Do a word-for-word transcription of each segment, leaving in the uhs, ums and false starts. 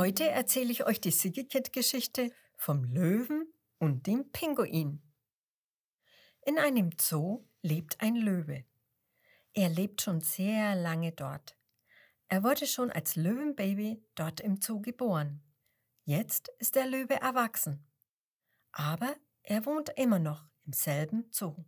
Heute erzähle ich euch die Sigikit-Geschichte vom Löwen und dem Pinguin. In einem Zoo lebt ein Löwe. Er lebt schon sehr lange dort. Er wurde schon als Löwenbaby dort im Zoo geboren. Jetzt ist der Löwe erwachsen. Aber er wohnt immer noch im selben Zoo.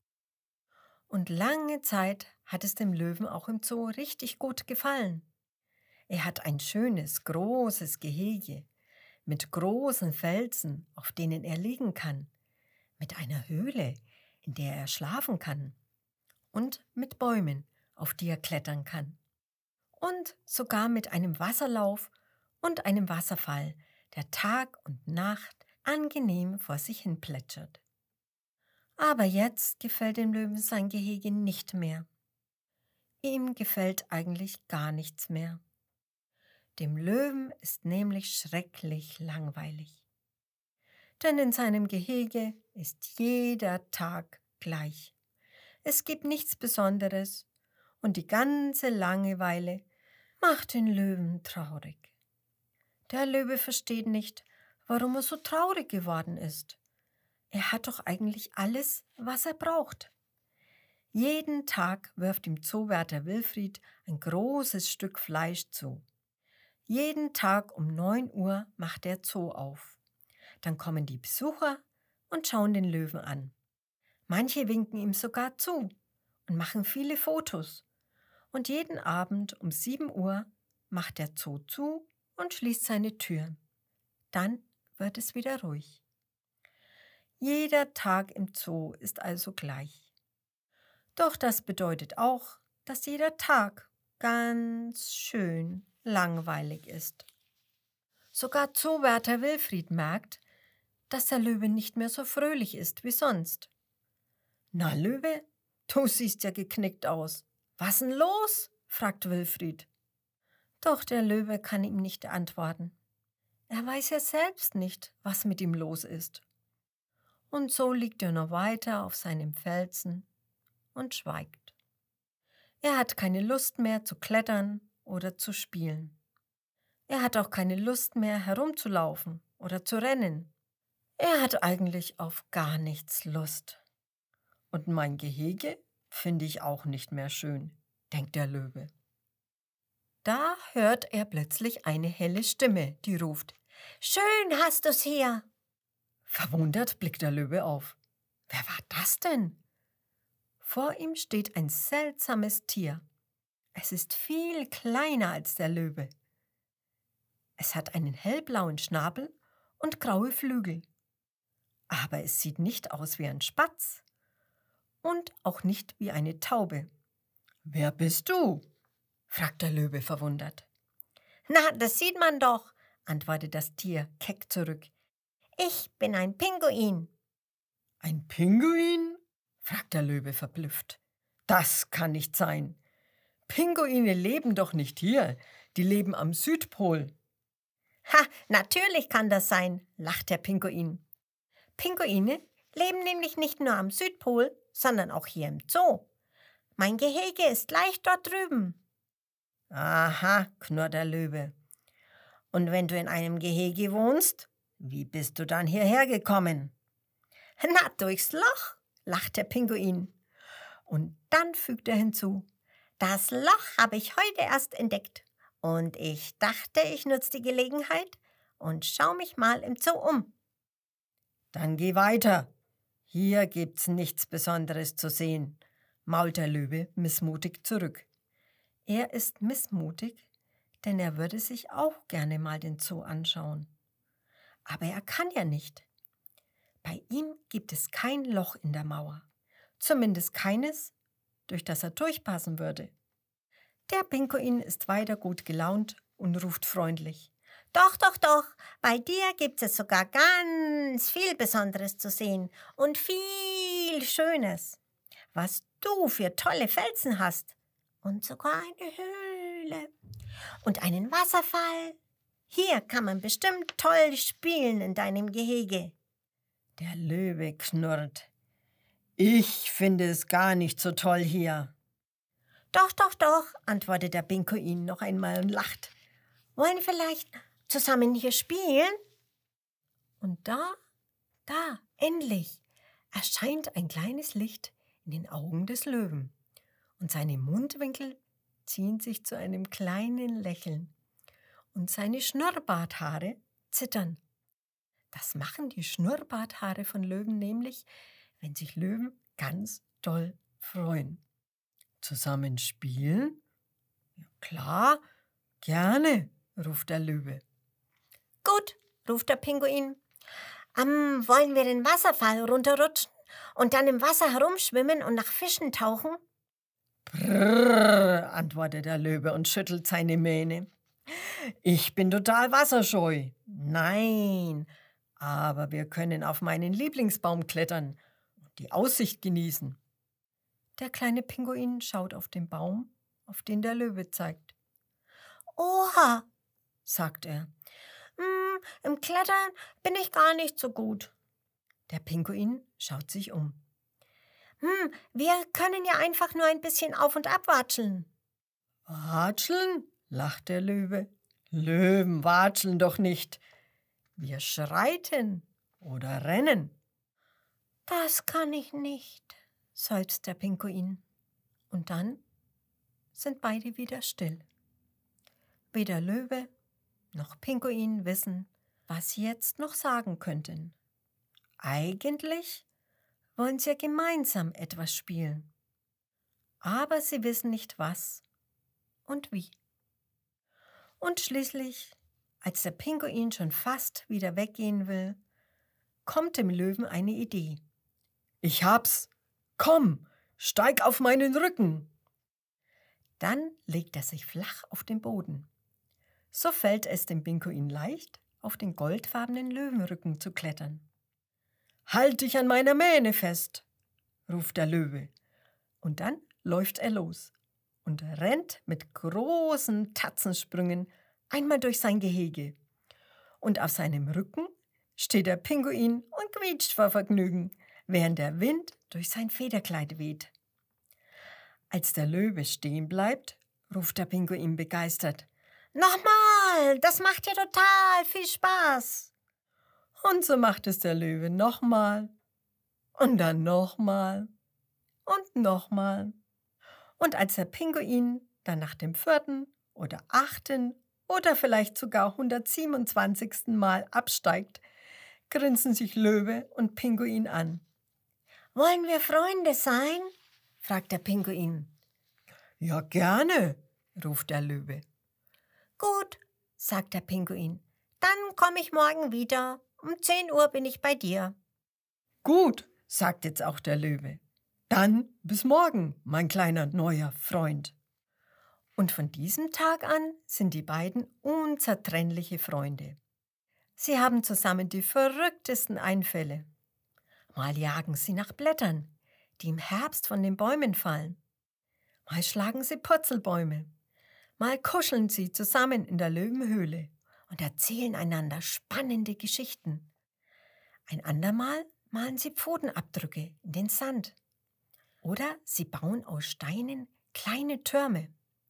Und lange Zeit hat es dem Löwen auch im Zoo richtig gut gefallen. Er hat ein schönes, großes Gehege mit großen Felsen, auf denen er liegen kann, mit einer Höhle, in der er schlafen kann und mit Bäumen, auf die er klettern kann und sogar mit einem Wasserlauf und einem Wasserfall, der Tag und Nacht angenehm vor sich hin plätschert. Aber jetzt gefällt dem Löwen sein Gehege nicht mehr. Ihm gefällt eigentlich gar nichts mehr. Dem Löwen ist nämlich schrecklich langweilig. Denn in seinem Gehege ist jeder Tag gleich. Es gibt nichts Besonderes und die ganze Langeweile macht den Löwen traurig. Der Löwe versteht nicht, warum er so traurig geworden ist. Er hat doch eigentlich alles, was er braucht. Jeden Tag wirft ihm Zoowärter Wilfried ein großes Stück Fleisch zu. Jeden Tag um neun Uhr macht der Zoo auf. Dann kommen die Besucher und schauen den Löwen an. Manche winken ihm sogar zu und machen viele Fotos. Und jeden Abend um sieben Uhr macht der Zoo zu und schließt seine Türen. Dann wird es wieder ruhig. Jeder Tag im Zoo ist also gleich. Doch das bedeutet auch, dass jeder Tag ganz schön langweilig ist. Sogar Zoowärter Wilfried merkt, dass der Löwe nicht mehr so fröhlich ist wie sonst. »Na, Löwe, du siehst ja geknickt aus. Was denn los?« fragt Wilfried. Doch der Löwe kann ihm nicht antworten. Er weiß ja selbst nicht, was mit ihm los ist. Und so liegt er noch weiter auf seinem Felsen und schweigt. Er hat keine Lust mehr zu klettern oder zu spielen. Er hat auch keine Lust mehr herumzulaufen oder zu rennen. Er hat eigentlich auf gar nichts Lust. Und mein Gehege finde ich auch nicht mehr schön, denkt der Löwe. Da hört er plötzlich eine helle Stimme, die ruft: »Schön hast du's hier!« Verwundert blickt der Löwe auf. Wer war das denn? Vor ihm steht ein seltsames Tier. Es ist viel kleiner als der Löwe. Es hat einen hellblauen Schnabel und graue Flügel. Aber es sieht nicht aus wie ein Spatz und auch nicht wie eine Taube. »Wer bist du?« fragt der Löwe verwundert. »Na, das sieht man doch«, antwortet das Tier keck zurück. »Ich bin ein Pinguin.« »Ein Pinguin?« fragt der Löwe verblüfft. »Das kann nicht sein. Pinguine leben doch nicht hier, die leben am Südpol.« »Ha, natürlich kann das sein«, lacht der Pinguin. »Pinguine leben nämlich nicht nur am Südpol, sondern auch hier im Zoo. Mein Gehege ist gleich dort drüben.« »Aha«, knurrt der Löwe. »Und wenn du in einem Gehege wohnst, wie bist du dann hierher gekommen?« »Na, durchs Loch«, lacht der Pinguin. Und dann fügt er hinzu: »Das Loch habe ich heute erst entdeckt. Und ich dachte, ich nutze die Gelegenheit und schau mich mal im Zoo um.« »Dann geh weiter. Hier gibt's nichts Besonderes zu sehen«, mault der Löwe missmutig zurück. Er ist missmutig, denn er würde sich auch gerne mal den Zoo anschauen. Aber er kann ja nicht. Bei ihm gibt es kein Loch in der Mauer. Zumindest keines, durch das er durchpassen würde. Der Pinguin ist weiter gut gelaunt und ruft freundlich: »Doch, doch, doch, bei dir gibt es sogar ganz viel Besonderes zu sehen und viel Schönes. Was du für tolle Felsen hast und sogar eine Höhle und einen Wasserfall. Hier kann man bestimmt toll spielen in deinem Gehege.« Der Löwe knurrt: »Ich finde es gar nicht so toll hier.« »Doch, doch, doch«, antwortet der Pinguin noch einmal und lacht. »Wollen vielleicht zusammen hier spielen?« Und da, da, endlich, erscheint ein kleines Licht in den Augen des Löwen und seine Mundwinkel ziehen sich zu einem kleinen Lächeln und seine Schnurrbarthaare zittern. Das machen die Schnurrbarthaare von Löwen nämlich, wenn sich Löwen ganz doll freuen. Zusammen spielen? Ja, klar, gerne, ruft der Löwe. »Gut«, ruft der Pinguin. Ähm, »wollen wir den Wasserfall runterrutschen und dann im Wasser herumschwimmen und nach Fischen tauchen?« »Brrr«, antwortet der Löwe und schüttelt seine Mähne. »Ich bin total wasserscheu. Nein, aber wir können auf meinen Lieblingsbaum klettern und die Aussicht genießen.« Der kleine Pinguin schaut auf den Baum, auf den der Löwe zeigt. »Oha«, sagt er. hm, »im Klettern bin ich gar nicht so gut.« Der Pinguin schaut sich um. »Hm, wir können ja einfach nur ein bisschen auf und ab watscheln.« »Watscheln?«, lacht der Löwe. »Löwen watscheln doch nicht. Wir schreiten oder rennen.« »Das kann ich nicht«, seufzt der Pinguin. Und dann sind beide wieder still. Weder Löwe noch Pinguin wissen, was sie jetzt noch sagen könnten. Eigentlich wollen sie ja gemeinsam etwas spielen. Aber sie wissen nicht was und wie. Und schließlich, als der Pinguin schon fast wieder weggehen will, kommt dem Löwen eine Idee. »Ich hab's! Komm, steig auf meinen Rücken!« Dann legt er sich flach auf den Boden. So fällt es dem Pinguin leicht, auf den goldfarbenen Löwenrücken zu klettern. »Halt dich an meiner Mähne fest«, ruft der Löwe. Und dann läuft er los und rennt mit großen Tatzensprüngen einmal durch sein Gehege. Und auf seinem Rücken steht der Pinguin und quietscht vor Vergnügen, während der Wind durch sein Federkleid weht. Als der Löwe stehen bleibt, ruft der Pinguin begeistert. »Nochmal, das macht ja total viel Spaß.« Und so macht es der Löwe nochmal und dann nochmal und nochmal. Und als der Pinguin dann nach dem vierten oder achten oder vielleicht sogar hundertsiebenundzwanzigsten Mal absteigt, grinsen sich Löwe und Pinguin an. »Wollen wir Freunde sein?«, fragt der Pinguin. »Ja, gerne«, ruft der Löwe. »Gut«, sagt der Pinguin, »dann komme ich morgen wieder. Um zehn Uhr bin ich bei dir.« »Gut«, sagt jetzt auch der Löwe. »Dann bis morgen, mein kleiner neuer Freund.« Und von diesem Tag an sind die beiden unzertrennliche Freunde. Sie haben zusammen die verrücktesten Einfälle. Mal jagen sie nach Blättern, die im Herbst von den Bäumen fallen. Mal schlagen sie Purzelbäume. Mal kuscheln sie zusammen in der Löwenhöhle und erzählen einander spannende Geschichten. Ein andermal malen sie Pfotenabdrücke in den Sand. Oder sie bauen aus Steinen kleine Türme.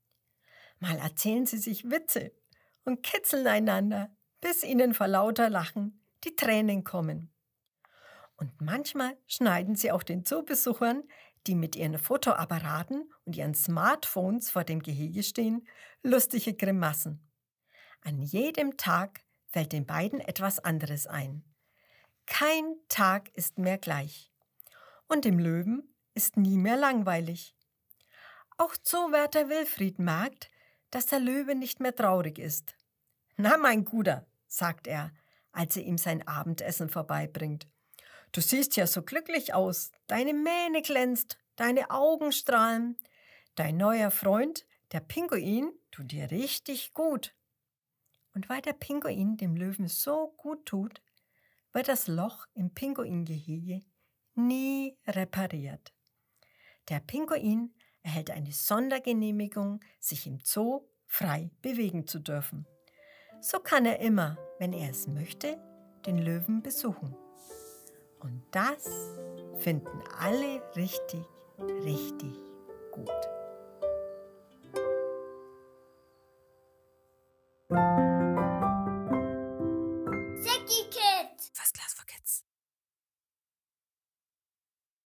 Mal erzählen sie sich Witze und kitzeln einander, bis ihnen vor lauter Lachen die Tränen kommen. Und manchmal schneiden sie auch den Zoobesuchern, die mit ihren Fotoapparaten und ihren Smartphones vor dem Gehege stehen, lustige Grimassen. An jedem Tag fällt den beiden etwas anderes ein. Kein Tag ist mehr gleich. Und dem Löwen ist nie mehr langweilig. Auch Zoowärter Wilfried merkt, dass der Löwe nicht mehr traurig ist. »Na, mein Guter«, sagt er, als er ihm sein Abendessen vorbeibringt. »Du siehst ja so glücklich aus. Deine Mähne glänzt, deine Augen strahlen. Dein neuer Freund, der Pinguin, tut dir richtig gut.« Und weil der Pinguin dem Löwen so gut tut, wird das Loch im Pinguingehege nie repariert. Der Pinguin erhält eine Sondergenehmigung, sich im Zoo frei bewegen zu dürfen. So kann er immer, wenn er es möchte, den Löwen besuchen. Und das finden alle richtig, richtig gut.